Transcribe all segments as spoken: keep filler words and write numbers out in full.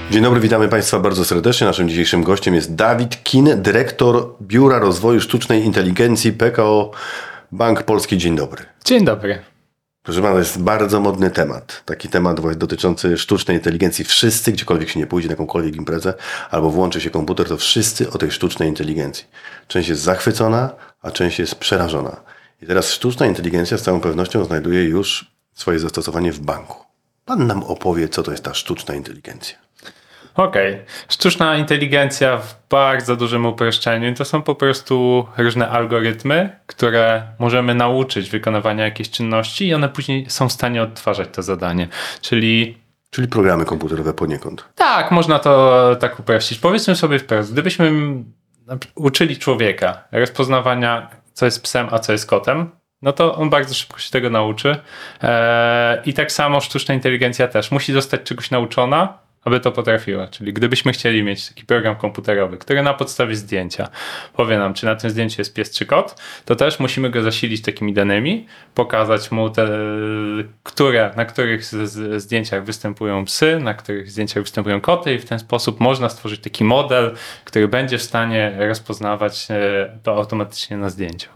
Dzień dobry, witamy Państwa bardzo serdecznie. Naszym dzisiejszym gościem jest Dawid Kin, dyrektor Biura Rozwoju Sztucznej Inteligencji P K O Bank Polski. Dzień dobry. Dzień dobry. Proszę pana, to jest bardzo modny temat. Taki temat właśnie dotyczący sztucznej inteligencji. Wszyscy, gdziekolwiek się nie pójdzie na jakąkolwiek imprezę albo włączy się komputer, to wszyscy o tej sztucznej inteligencji. Część jest zachwycona, a część jest przerażona. I teraz sztuczna inteligencja z całą pewnością znajduje już swoje zastosowanie w banku. Pan nam opowie, co to jest ta sztuczna inteligencja. Okej. Okay. Sztuczna inteligencja w bardzo dużym uproszczeniu to są po prostu różne algorytmy, które możemy nauczyć wykonywania jakiejś czynności i one później są w stanie odtwarzać to zadanie. Czyli Czyli programy komputerowe poniekąd. Tak, można to tak uprościć. Powiedzmy sobie wprost, gdybyśmy uczyli człowieka rozpoznawania, co jest psem, a co jest kotem, no to on bardzo szybko się tego nauczy. Eee, I tak samo sztuczna inteligencja też musi zostać czegoś nauczona, aby to potrafiła. Czyli gdybyśmy chcieli mieć taki program komputerowy, który na podstawie zdjęcia powie nam, czy na tym zdjęciu jest pies czy kot, to też musimy go zasilić takimi danymi, pokazać mu te, które, na których z, z zdjęciach występują psy, na których zdjęciach występują koty i w ten sposób można stworzyć taki model, który będzie w stanie rozpoznawać to automatycznie na zdjęciu.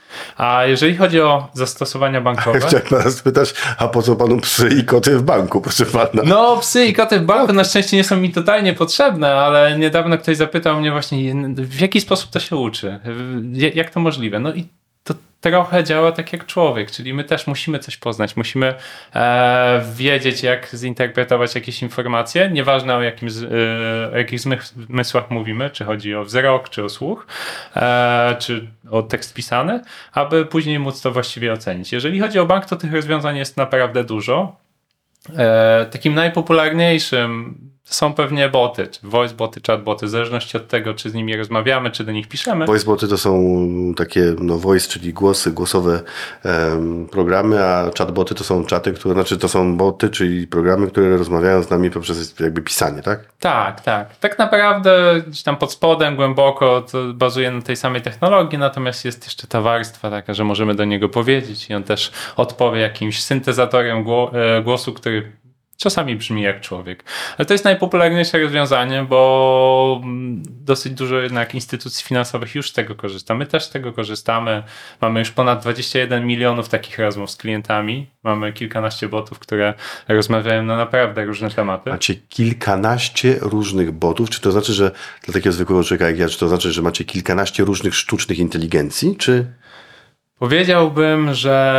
A jeżeli chodzi o zastosowania bankowe... Chciałem teraz spytać, a po co panu psy i koty w banku, proszę pana? No, psy i koty w banku na szczęście nie są mi totalnie potrzebne, ale niedawno ktoś zapytał mnie właśnie, w jaki sposób to się uczy? Jak to możliwe? No i to trochę działa tak jak człowiek, czyli my też musimy coś poznać, musimy e, wiedzieć, jak zinterpretować jakieś informacje, nieważne o, jakim z, e, o jakich zmysłach mówimy, czy chodzi o wzrok, czy o słuch, e, czy o tekst pisany, aby później móc to właściwie ocenić. Jeżeli chodzi o bank, to tych rozwiązań jest naprawdę dużo. E, takim najpopularniejszym są pewnie boty, czy voice boty, chat boty, w zależności od tego, czy z nimi rozmawiamy, czy do nich piszemy. Voice boty to są takie, no voice, czyli głosy, głosowe um, programy, a chat boty to są czaty, które, znaczy to są boty, czyli programy, które rozmawiają z nami poprzez jakby pisanie, tak? Tak, tak. Tak naprawdę gdzieś tam pod spodem, głęboko to bazuje na tej samej technologii, natomiast jest jeszcze ta warstwa taka, że możemy do niego powiedzieć i on też odpowie jakimś syntezatorem głosu, który czasami brzmi jak człowiek. Ale to jest najpopularniejsze rozwiązanie, bo dosyć dużo jednak instytucji finansowych już z tego korzysta. My też z tego korzystamy. Mamy już ponad dwadzieścia jeden milionów takich rozmów z klientami. Mamy kilkanaście botów, które rozmawiają na naprawdę różne tematy. Macie kilkanaście różnych botów? Czy to znaczy, że dla takiego zwykłego człowieka jak ja, czy to znaczy, że macie kilkanaście różnych sztucznych inteligencji? Czy... Powiedziałbym,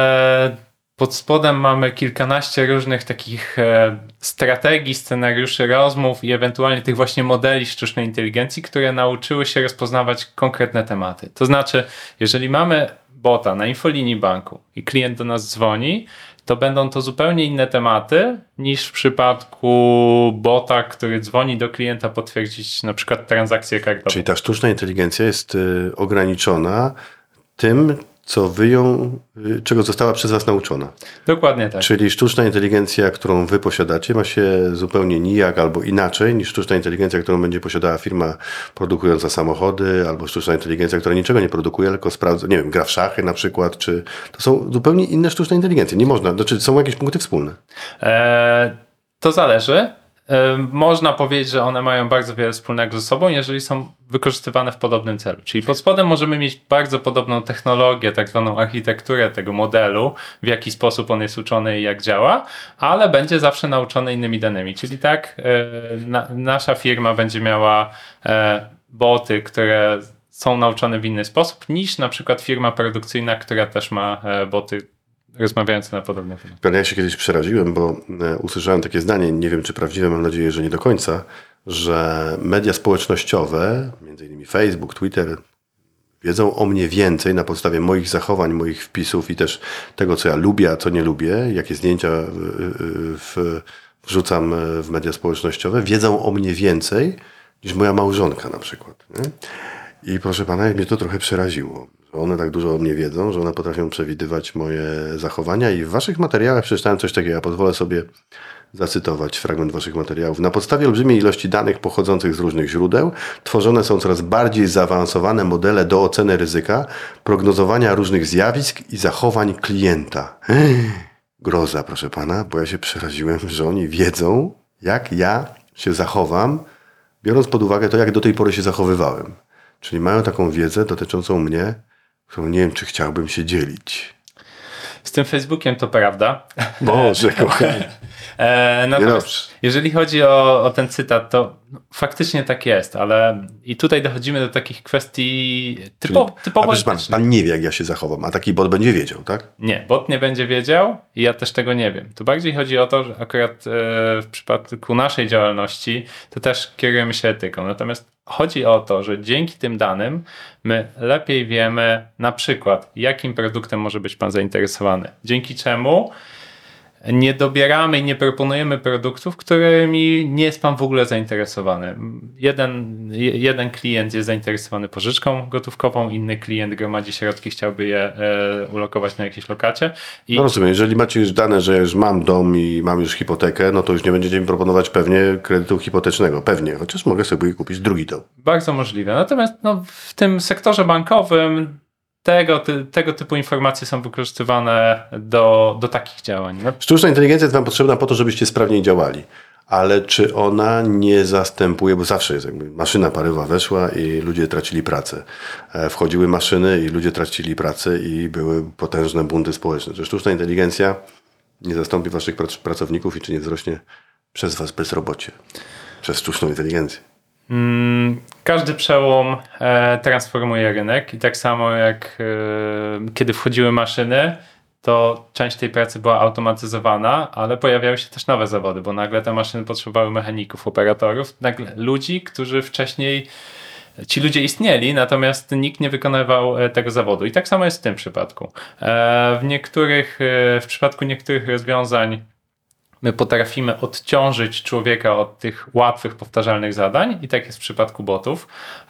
że pod spodem mamy kilkanaście różnych takich e, strategii, scenariuszy rozmów i ewentualnie tych właśnie modeli sztucznej inteligencji, które nauczyły się rozpoznawać konkretne tematy. To znaczy, jeżeli mamy bota na infolinii banku i klient do nas dzwoni, to będą to zupełnie inne tematy niż w przypadku bota, który dzwoni do klienta potwierdzić na przykład transakcję kartową. Czyli ta sztuczna inteligencja jest y, ograniczona tym, co wy ją, czego została przez was nauczona. Dokładnie tak. Czyli sztuczna inteligencja, którą wy posiadacie, ma się zupełnie nijak albo inaczej niż sztuczna inteligencja, którą będzie posiadała firma produkująca samochody, albo sztuczna inteligencja, która niczego nie produkuje, tylko sprawdza, nie wiem, gra w szachy na przykład, czy to są zupełnie inne sztuczne inteligencje. Nie można, znaczy są jakieś punkty wspólne. Eee, to zależy. Można powiedzieć, że one mają bardzo wiele wspólnego ze sobą, jeżeli są wykorzystywane w podobnym celu. Czyli pod spodem możemy mieć bardzo podobną technologię, tak zwaną architekturę tego modelu, w jaki sposób on jest uczony i jak działa, ale będzie zawsze nauczony innymi danymi. Czyli tak, na, nasza firma będzie miała boty, które są nauczone w inny sposób, niż na przykład firma produkcyjna, która też ma boty rozmawiając na podobne tematy. Ja się kiedyś przeraziłem, bo usłyszałem takie zdanie, nie wiem czy prawdziwe, mam nadzieję, że nie do końca, że media społecznościowe, między innymi Facebook, Twitter, wiedzą o mnie więcej na podstawie moich zachowań, moich wpisów i też tego, co ja lubię, a co nie lubię, jakie zdjęcia w, w, wrzucam w media społecznościowe, wiedzą o mnie więcej niż moja małżonka na przykład. Nie? I proszę pana, mnie to trochę przeraziło. One tak dużo o mnie wiedzą, że one potrafią przewidywać moje zachowania i w waszych materiałach przeczytałem coś takiego. Ja pozwolę sobie zacytować fragment waszych materiałów. Na podstawie olbrzymiej ilości danych pochodzących z różnych źródeł tworzone są coraz bardziej zaawansowane modele do oceny ryzyka, prognozowania różnych zjawisk i zachowań klienta. Groza, proszę pana, bo ja się przeraziłem, że oni wiedzą, jak ja się zachowam, biorąc pod uwagę to, jak do tej pory się zachowywałem. Czyli mają taką wiedzę dotyczącą mnie, którą nie wiem, czy chciałbym się dzielić. Z tym Facebookiem to prawda. Boże, kochani. E, natomiast jeżeli chodzi o, o ten cytat, to no, faktycznie tak jest, ale i tutaj dochodzimy do takich kwestii typo, Czyli, typowo a proszę pan, pan nie wie, jak ja się zachowam, a taki bot będzie wiedział, tak? Nie, bot nie będzie wiedział i ja też tego nie wiem. Tu bardziej chodzi o to, że akurat e, w przypadku naszej działalności to też kierujemy się etyką. Natomiast chodzi o to, że dzięki tym danym my lepiej wiemy na przykład, jakim produktem może być pan zainteresowany. Dzięki czemu nie dobieramy i nie proponujemy produktów, którymi nie jest pan w ogóle zainteresowany. Jeden, jeden klient jest zainteresowany pożyczką gotówkową, inny klient gromadzi środki, chciałby je e, ulokować na jakiejś lokacie. I No rozumiem, jeżeli macie już dane, że już mam dom i mam już hipotekę, no to już nie będziecie mi proponować pewnie kredytu hipotecznego. Pewnie, chociaż mogę sobie kupić drugi dom. bardzo możliwe. Natomiast no, w tym sektorze bankowym Tego, ty, tego typu informacje są wykorzystywane do, do takich działań. No, Sztuczna inteligencja jest wam potrzebna po to, żebyście sprawniej działali. Ale czy ona nie zastępuje, bo zawsze jest jakby maszyna parywa weszła i ludzie tracili pracę. E, Wchodziły maszyny i ludzie tracili pracę i były potężne bunty społeczne. Czy sztuczna inteligencja nie zastąpi waszych prac- pracowników i czy nie wzrośnie przez was bezrobocie? Przez sztuczną inteligencję. Mm, każdy przełom e, transformuje rynek i tak samo jak e, kiedy wchodziły maszyny, to część tej pracy była automatyzowana, ale pojawiały się też nowe zawody, bo nagle te maszyny potrzebowały mechaników, operatorów, nagle ludzi, którzy wcześniej, ci ludzie istnieli, natomiast nikt nie wykonywał e, tego zawodu. I tak samo jest w tym przypadku. E, w niektórych, e, w przypadku niektórych rozwiązań my potrafimy odciążyć człowieka od tych łatwych, powtarzalnych zadań i tak jest w przypadku botów,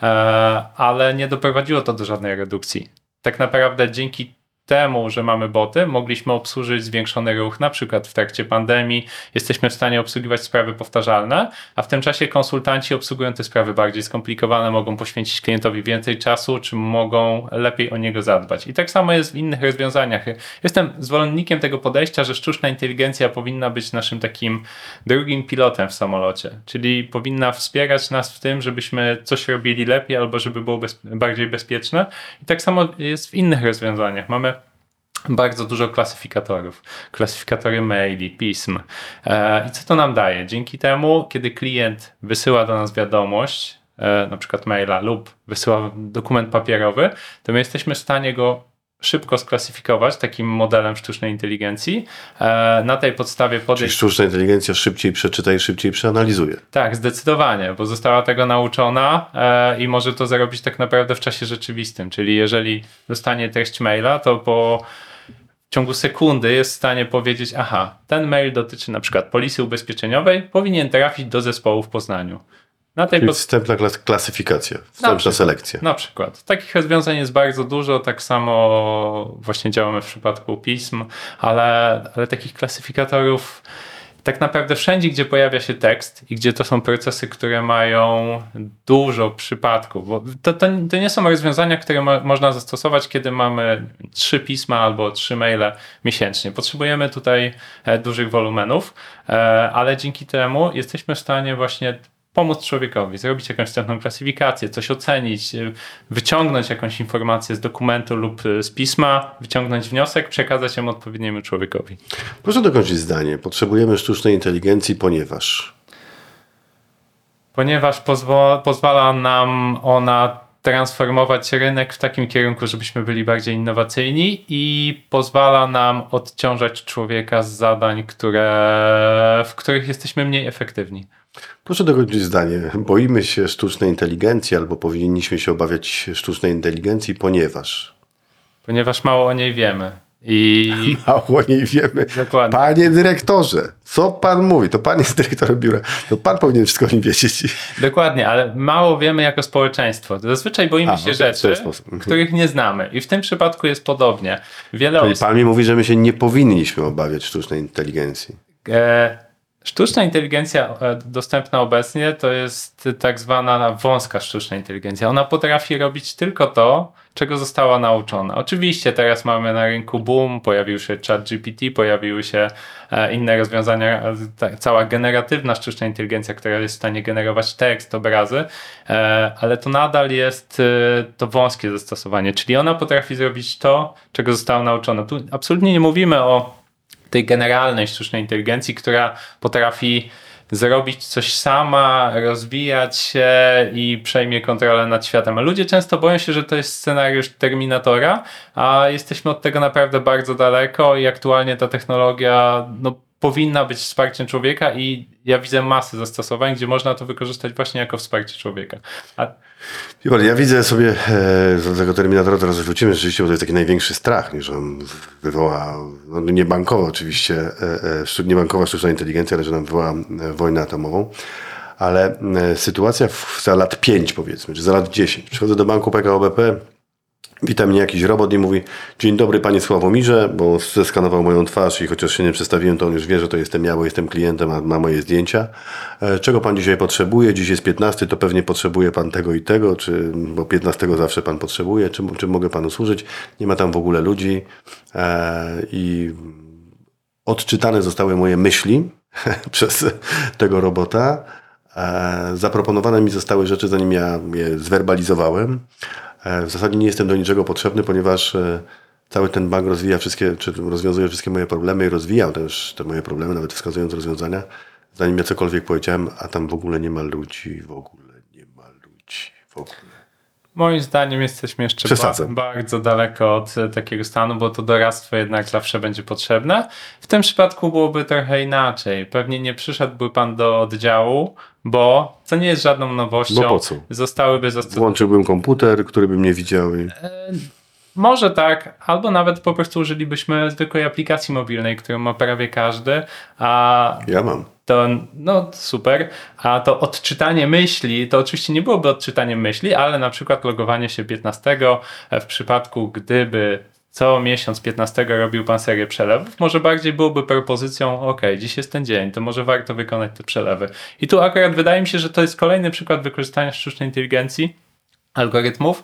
ale nie doprowadziło to do żadnej redukcji. Tak naprawdę dzięki temu, że mamy boty, mogliśmy obsłużyć zwiększony ruch, na przykład w trakcie pandemii. Jesteśmy w stanie obsługiwać sprawy powtarzalne, a w tym czasie konsultanci obsługują te sprawy bardziej skomplikowane, mogą poświęcić klientowi więcej czasu, czy mogą lepiej o niego zadbać. I tak samo jest w innych rozwiązaniach. Jestem zwolennikiem tego podejścia, że sztuczna inteligencja powinna być naszym takim drugim pilotem w samolocie, czyli powinna wspierać nas w tym, żebyśmy coś robili lepiej albo żeby było bez, bardziej bezpieczne. I tak samo jest w innych rozwiązaniach. Mamy bardzo dużo klasyfikatorów, klasyfikatory maili, pism. E, I co to nam daje? Dzięki temu, kiedy klient wysyła do nas wiadomość, e, na przykład maila lub wysyła dokument papierowy, to my jesteśmy w stanie go szybko sklasyfikować takim modelem sztucznej inteligencji. E, na tej podstawie Czyli podejść... sztuczna inteligencja szybciej przeczyta i szybciej przeanalizuje. Tak, zdecydowanie, bo została tego nauczona e, i może to zrobić tak naprawdę w czasie rzeczywistym. Czyli jeżeli dostanie treść maila, to po w ciągu sekundy jest w stanie powiedzieć, aha, ten mail dotyczy na przykład polisy ubezpieczeniowej, powinien trafić do zespołu w Poznaniu. Na tej Czyli pod... wstępna klas- klasyfikacja, wstępna przykład. selekcja. Na przykład. Takich rozwiązań jest bardzo dużo, tak samo właśnie działamy w przypadku pism, ale, ale takich klasyfikatorów tak naprawdę wszędzie, gdzie pojawia się tekst i gdzie to są procesy, które mają dużo przypadków, bo to, to, to nie są rozwiązania, które mo- można zastosować, kiedy mamy trzy pisma albo trzy maile miesięcznie. Potrzebujemy tutaj e, dużych wolumenów, e, ale dzięki temu jesteśmy w stanie właśnie pomóc człowiekowi, zrobić jakąś wstępną klasyfikację, coś ocenić, wyciągnąć jakąś informację z dokumentu lub z pisma, wyciągnąć wniosek, przekazać ją odpowiedniemu człowiekowi. Proszę dokończyć zdanie. Potrzebujemy sztucznej inteligencji, ponieważ... Ponieważ pozwo- pozwala nam ona transformować rynek w takim kierunku, żebyśmy byli bardziej innowacyjni i pozwala nam odciążać człowieka z zadań, które, w których jesteśmy mniej efektywni. Proszę dokończyć zdanie. Boimy się sztucznej inteligencji albo powinniśmy się obawiać sztucznej inteligencji, ponieważ... Ponieważ mało o niej wiemy. I Mało o niej wiemy. Dokładnie. Panie dyrektorze, co pan mówi? To pan jest dyrektorem biura. To pan powinien wszystko o nim wiedzieć. Dokładnie, ale mało wiemy jako społeczeństwo. Zazwyczaj boimy A, się okej, w rzeczy, ten sposób. Mhm. których nie znamy. I w tym przypadku jest podobnie. Wiele Czyli osób... pan mi mówi, że my się nie powinniśmy obawiać sztucznej inteligencji. E, Sztuczna inteligencja e, dostępna obecnie to jest tak zwana wąska sztuczna inteligencja. Ona potrafi robić tylko to, czego została nauczona. Oczywiście teraz mamy na rynku boom, pojawił się ChatGPT, pojawiły się e, inne rozwiązania, e, ta, cała generatywna sztuczna inteligencja, która jest w stanie generować tekst, obrazy, e, ale to nadal jest e, to wąskie zastosowanie, czyli ona potrafi zrobić to, czego została nauczona. Tu absolutnie nie mówimy o tej generalnej sztucznej inteligencji, która potrafi zrobić coś sama, rozwijać się i przejmie kontrolę nad światem. A ludzie często boją się, że to jest scenariusz Terminatora, a jesteśmy od tego naprawdę bardzo daleko i aktualnie ta technologia no, powinna być wsparciem człowieka i ja widzę masę zastosowań, gdzie można to wykorzystać właśnie jako wsparcie człowieka. A... Ja widzę sobie e, z tego Terminatora, teraz wrócimy rzeczywiście, bo to jest taki największy strach, niż on wywoła, no nie bankowo oczywiście, e, e, nie bankowa sztuczna inteligencja, ale że nam wywoła e, wojnę atomową. Ale e, sytuacja w, za lat pięć powiedzmy, czy za lat dziesięć. Przychodzę do banku P K O B P, wita mnie jakiś robot i mówi: dzień dobry panie Sławomirze, bo zeskanował moją twarz i chociaż się nie przedstawiłem, to on już wie, że to jestem ja, bo jestem klientem, a ma moje zdjęcia. E, czego pan dzisiaj potrzebuje? Dziś jest piętnasty, to pewnie potrzebuje pan tego i tego, czy, bo piętnastego zawsze pan potrzebuje, czym, czym mogę panu służyć? Nie ma tam w ogóle ludzi e, i odczytane zostały moje myśli przez tego robota. E, zaproponowane mi zostały rzeczy, zanim ja je zwerbalizowałem. W zasadzie nie jestem do niczego potrzebny, ponieważ cały ten bank rozwija wszystkie, czy rozwiązuje wszystkie moje problemy i rozwijał też te moje problemy, nawet wskazując rozwiązania, zanim ja cokolwiek powiedziałem, a tam w ogóle nie ma ludzi, w ogóle nie ma ludzi, w ogóle. Moim zdaniem jesteśmy jeszcze ba- bardzo daleko od takiego stanu, bo to doradztwo jednak zawsze będzie potrzebne. W tym przypadku byłoby trochę inaczej. Pewnie nie przyszedłby pan do oddziału, bo co nie jest żadną nowością. Bo po co? Zostałyby zastosowane. Włączyłbym komputer, który by mnie widział. I... Może tak, albo nawet po prostu użylibyśmy zwykłej aplikacji mobilnej, którą ma prawie każdy, a ja mam. To, no super, a to odczytanie myśli, to oczywiście nie byłoby odczytaniem myśli, ale na przykład logowanie się piętnastego w przypadku, gdyby co miesiąc piętnastego robił pan serię przelewów, może bardziej byłoby propozycją: ok, dziś jest ten dzień, to może warto wykonać te przelewy. I tu akurat wydaje mi się, że to jest kolejny przykład wykorzystania sztucznej inteligencji, algorytmów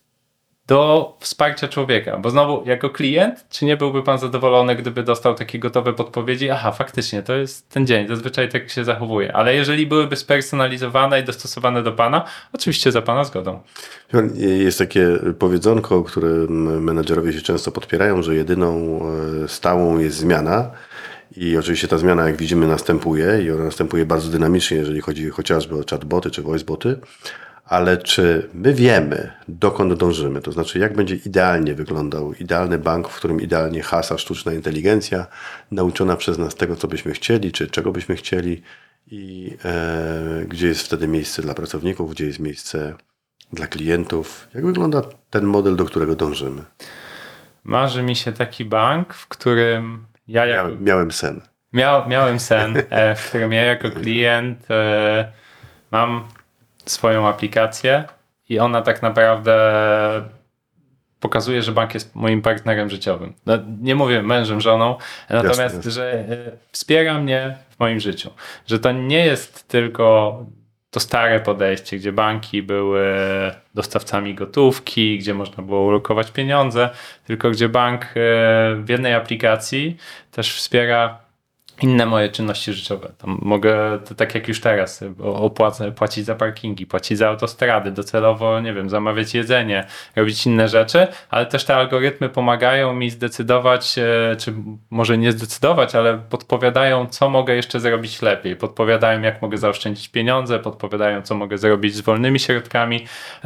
do wsparcia człowieka, bo znowu jako klient, czy nie byłby pan zadowolony, gdyby dostał takie gotowe podpowiedzi? Aha, faktycznie, to jest ten dzień, zazwyczaj tak się zachowuje, ale jeżeli byłyby spersonalizowane i dostosowane do pana, oczywiście za pana zgodą. Jest takie powiedzonko, które menedżerowie się często podpierają, że jedyną stałą jest zmiana i oczywiście ta zmiana, jak widzimy, następuje i ona następuje bardzo dynamicznie, jeżeli chodzi chociażby o chatboty czy voiceboty. Ale czy my wiemy, dokąd dążymy? To znaczy, jak będzie idealnie wyglądał idealny bank, w którym idealnie hasa sztuczna inteligencja, nauczona przez nas tego, co byśmy chcieli, czy czego byśmy chcieli i e, gdzie jest wtedy miejsce dla pracowników, gdzie jest miejsce dla klientów? Jak wygląda ten model, do którego dążymy? Marzy mi się taki bank, w którym ja jako... Miałem, miałem sen. Miał, miałem sen, e, w którym ja jako klient e, mam swoją aplikację i ona tak naprawdę pokazuje, że bank jest moim partnerem życiowym. No, nie mówię mężem, żoną, natomiast, jasne, jasne. że wspiera mnie w moim życiu. Że to nie jest tylko to stare podejście, gdzie banki były dostawcami gotówki, gdzie można było ulokować pieniądze, tylko gdzie bank w jednej aplikacji też wspiera inne moje czynności życiowe. Tam mogę, to tak jak już teraz, opłacę, płacić za parkingi, płacić za autostrady, docelowo, nie wiem, zamawiać jedzenie, robić inne rzeczy, ale też te algorytmy pomagają mi zdecydować, czy może nie zdecydować, ale podpowiadają, co mogę jeszcze zrobić lepiej. Podpowiadają, jak mogę zaoszczędzić pieniądze, podpowiadają, co mogę zrobić z wolnymi środkami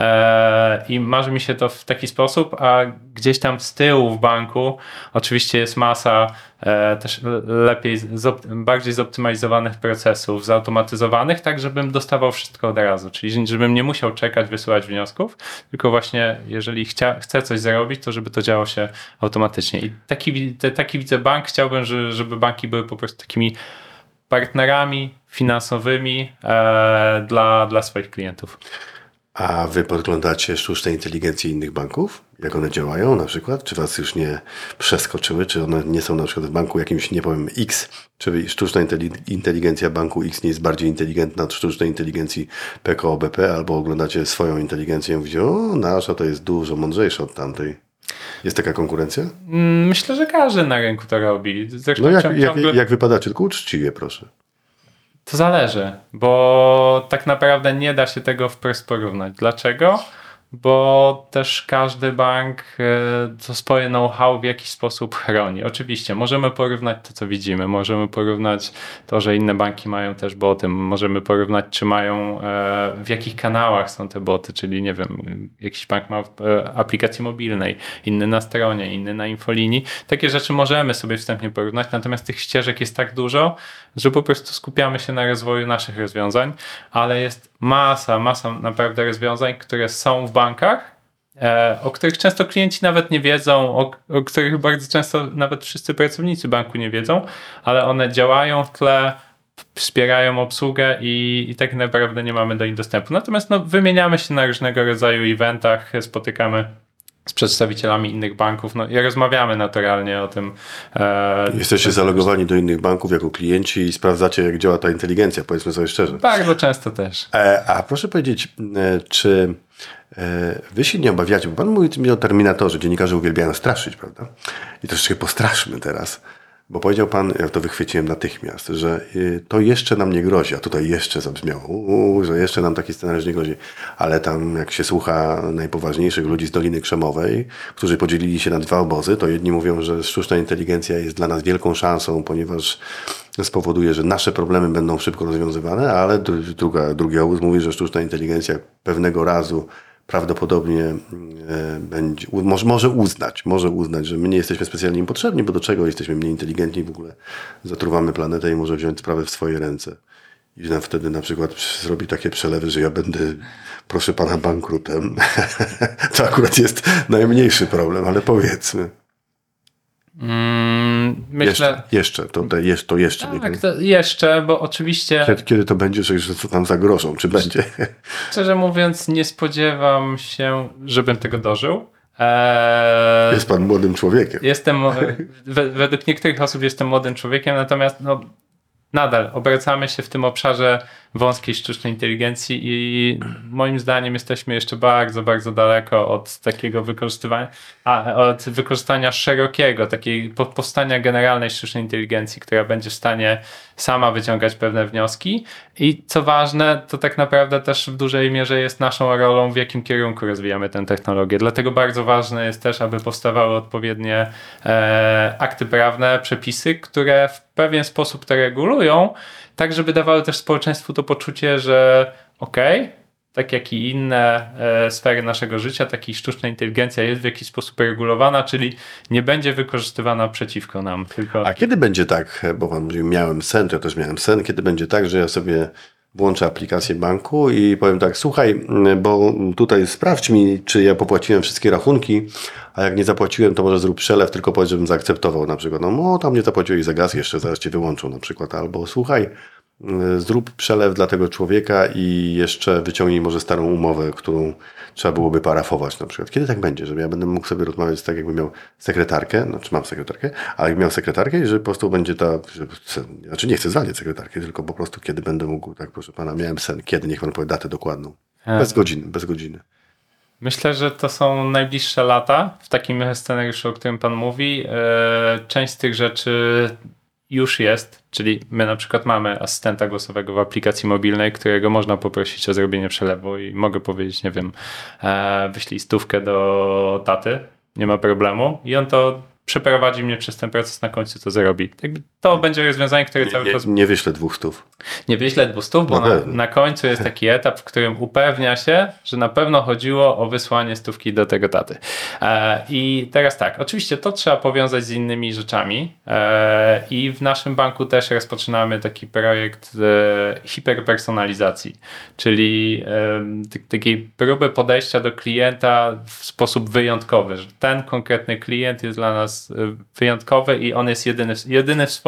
i marzy mi się to w taki sposób, a gdzieś tam z tyłu w banku oczywiście jest masa też lepiej, bardziej zoptymalizowanych procesów, zautomatyzowanych, tak żebym dostawał wszystko od razu, czyli żebym nie musiał czekać, wysyłać wniosków, tylko właśnie jeżeli chcia, chcę coś zrobić, to żeby to działo się automatycznie. I taki, taki widzę bank, chciałbym, żeby banki były po prostu takimi partnerami finansowymi e, dla, dla swoich klientów. A wy podglądacie sztuczne inteligencje innych banków? Jak one działają na przykład? Czy was już nie przeskoczyły? Czy one nie są na przykład w banku jakimś, nie powiem, X? Czy sztuczna inteligencja banku X nie jest bardziej inteligentna od sztucznej inteligencji P K O B P? Albo oglądacie swoją inteligencję i mówicie, o, nasza to jest dużo mądrzejsza od tamtej. Jest taka konkurencja? Myślę, że każdy na rynku to robi. Zresztą No jak, ciągle... jak, jak wypadacie? Tylko uczciwie, proszę. To zależy, bo tak naprawdę nie da się tego wprost porównać. Dlaczego? Bo też każdy bank to swoje know-how w jakiś sposób chroni. Oczywiście możemy porównać to, co widzimy, możemy porównać to, że inne banki mają też boty, możemy porównać, czy mają, w jakich kanałach są te boty, czyli nie wiem, jakiś bank ma w aplikacji mobilnej, inny na stronie, inny na infolinii. Takie rzeczy możemy sobie wstępnie porównać, natomiast tych ścieżek jest tak dużo, że po prostu skupiamy się na rozwoju naszych rozwiązań, ale jest masa, masa naprawdę rozwiązań, które są w bankach, e, o których często klienci nawet nie wiedzą, o, o których bardzo często nawet wszyscy pracownicy banku nie wiedzą, ale one działają w tle, wspierają obsługę i, i tak naprawdę nie mamy do nich dostępu. Natomiast no, wymieniamy się na różnego rodzaju eventach, spotykamy z przedstawicielami innych banków, no i rozmawiamy naturalnie o tym. E, Jesteście zalogowani do innych banków jako klienci i sprawdzacie, jak działa ta inteligencja, powiedzmy sobie szczerze. Bardzo często też. E, a proszę powiedzieć, e, czy e, wy się nie obawiacie, bo pan mówi mi o Terminatorze, dziennikarze uwielbiają straszyć, prawda? I troszeczkę postraszmy teraz. Bo powiedział pan, ja to wychwyciłem natychmiast, że y, to jeszcze nam nie grozi, a tutaj jeszcze zabrzmiało, uu, że jeszcze nam taki scenariusz nie grozi. Ale tam jak się słucha najpoważniejszych ludzi z Doliny Krzemowej, którzy podzielili się na dwa obozy, to jedni mówią, że sztuczna inteligencja jest dla nas wielką szansą, ponieważ spowoduje, że nasze problemy będą szybko rozwiązywane, ale druga, drugi obóz mówi, że sztuczna inteligencja pewnego razu prawdopodobnie e, będzie, może, może uznać, może uznać, że my nie jesteśmy specjalnie im potrzebni, bo do czego jesteśmy mniej inteligentni, w ogóle zatruwamy planetę i może wziąć sprawę w swoje ręce. I nam wtedy na przykład zrobi takie przelewy, że ja będę, proszę pana, bankrutem. To akurat jest najmniejszy problem, ale powiedzmy. Mm, myślę... Jeszcze, jeszcze, to, to, jeszcze, to jeszcze. Tak, nie to jeszcze, bo oczywiście... Kiedy, kiedy to będzie, że, że co tam zagrożą, czy będzie? Szczerze mówiąc, nie spodziewam się, żebym tego dożył. Eee, Jest pan młodym człowiekiem. Jestem, we, według niektórych osób jestem młodym człowiekiem, natomiast no, nadal obracamy się w tym obszarze wąskiej sztucznej inteligencji i moim zdaniem jesteśmy jeszcze bardzo, bardzo daleko od takiego wykorzystywania, a od wykorzystania szerokiego, takiej powstania generalnej sztucznej inteligencji, która będzie w stanie sama wyciągać pewne wnioski i co ważne, to tak naprawdę też w dużej mierze jest naszą rolą, w jakim kierunku rozwijamy tę technologię. Dlatego bardzo ważne jest też, aby powstawały odpowiednie e, akty prawne, przepisy, które w pewien sposób to regulują, tak żeby dawały też społeczeństwu to poczucie, że okej, okay, tak jak i inne e, sfery naszego życia, tak i sztuczna inteligencja jest w jakiś sposób regulowana, czyli nie będzie wykorzystywana przeciwko nam. Tylko... A kiedy będzie tak, bo pan mówił, miałem sen, to ja też miałem sen, kiedy będzie tak, że ja sobie włączę aplikację banku i powiem tak, słuchaj, bo tutaj sprawdź mi, czy ja popłaciłem wszystkie rachunki, a jak nie zapłaciłem, to może zrób przelew, tylko powiedz, żebym zaakceptował na przykład. No, no tam nie zapłaciłeś za gaz jeszcze, zaraz cię wyłączą na przykład. Albo słuchaj, zrób przelew dla tego człowieka i jeszcze wyciągnij może starą umowę, którą trzeba byłoby parafować na przykład. Kiedy tak będzie, żeby ja będę mógł sobie rozmawiać tak, jakbym miał sekretarkę, znaczy mam sekretarkę, ale jakbym miał sekretarkę i że po prostu będzie ta, że, znaczy nie chcę zwalniać sekretarki, tylko po prostu kiedy będę mógł, tak proszę pana, miałem sen, kiedy, niech pan powie datę dokładną. Bez godziny, bez godziny. Myślę, że to są najbliższe lata w takim scenariuszu, o którym pan mówi. Część z tych rzeczy już jest, czyli my na przykład mamy asystenta głosowego w aplikacji mobilnej, którego można poprosić o zrobienie przelewu i mogę powiedzieć, nie wiem, wyślij stówkę do taty, nie ma problemu i on to przeprowadzi mnie przez ten proces, na końcu to zrobi. Jakby to będzie rozwiązanie, które Nie, cały nie, czas... nie wyślę dwóch stów. Nie wyślę dwóch stów, bo No na, pewnie. na końcu jest taki etap, w którym upewnia się, że na pewno chodziło o wysłanie stówki do tego taty. E, I teraz tak, oczywiście to trzeba powiązać z innymi rzeczami e, i w naszym banku też rozpoczynamy taki projekt e, hiperpersonalizacji, czyli e, t- takiej próby podejścia do klienta w sposób wyjątkowy, że ten konkretny klient jest dla nas e, wyjątkowy i on jest jedyny, jedyny w swoim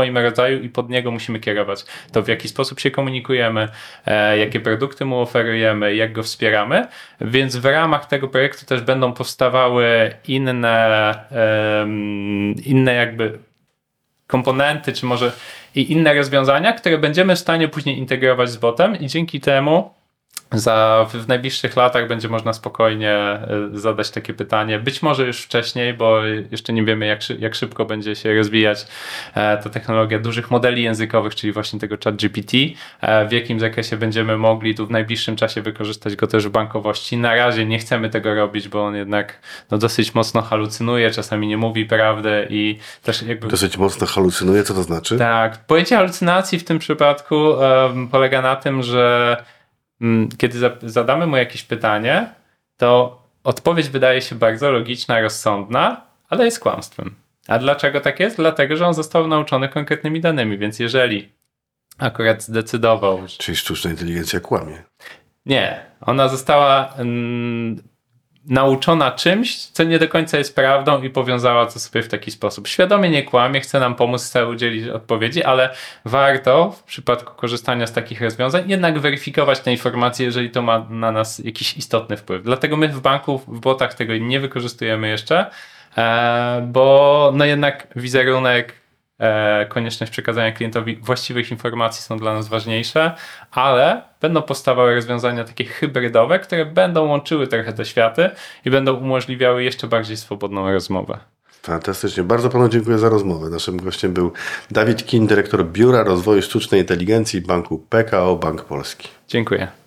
swoim rodzaju i pod niego musimy kierować. To w jaki sposób się komunikujemy, e, jakie produkty mu oferujemy, jak go wspieramy, więc w ramach tego projektu też będą powstawały inne, e, inne jakby komponenty, czy może i inne rozwiązania, które będziemy w stanie później integrować z botem i dzięki temu Za, w najbliższych latach będzie można spokojnie zadać takie pytanie, być może już wcześniej, bo jeszcze nie wiemy jak, jak szybko będzie się rozwijać ta technologia dużych modeli językowych, czyli właśnie tego ChatGPT, w jakim zakresie będziemy mogli tu w najbliższym czasie wykorzystać go też w bankowości. Na razie nie chcemy tego robić, bo on jednak no, dosyć mocno halucynuje, czasami nie mówi prawdy i też jakby... Dosyć mocno halucynuje, co to znaczy? Tak, pojęcie halucynacji w tym przypadku um, polega na tym, że kiedy zadamy mu jakieś pytanie, to odpowiedź wydaje się bardzo logiczna, rozsądna, ale jest kłamstwem. A dlaczego tak jest? Dlatego, że on został nauczony konkretnymi danymi, więc jeżeli akurat zdecydował... Czyli sztuczna inteligencja kłamie. Nie, ona została mm, nauczona czymś, co nie do końca jest prawdą i powiązała to sobie w taki sposób. Świadomie nie kłamie, chce nam pomóc, chce udzielić odpowiedzi, ale warto w przypadku korzystania z takich rozwiązań jednak weryfikować te informacje, jeżeli to ma na nas jakiś istotny wpływ. Dlatego my w banku, w botach tego nie wykorzystujemy jeszcze, bo no jednak wizerunek, konieczność przekazania klientowi właściwych informacji są dla nas ważniejsze, ale będą powstawały rozwiązania takie hybrydowe, które będą łączyły trochę te światy i będą umożliwiały jeszcze bardziej swobodną rozmowę. Fantastycznie. Bardzo panu dziękuję za rozmowę. Naszym gościem był Dawid Kin, dyrektor Biura Rozwoju Sztucznej Inteligencji Banku P K O Bank Polski. Dziękuję.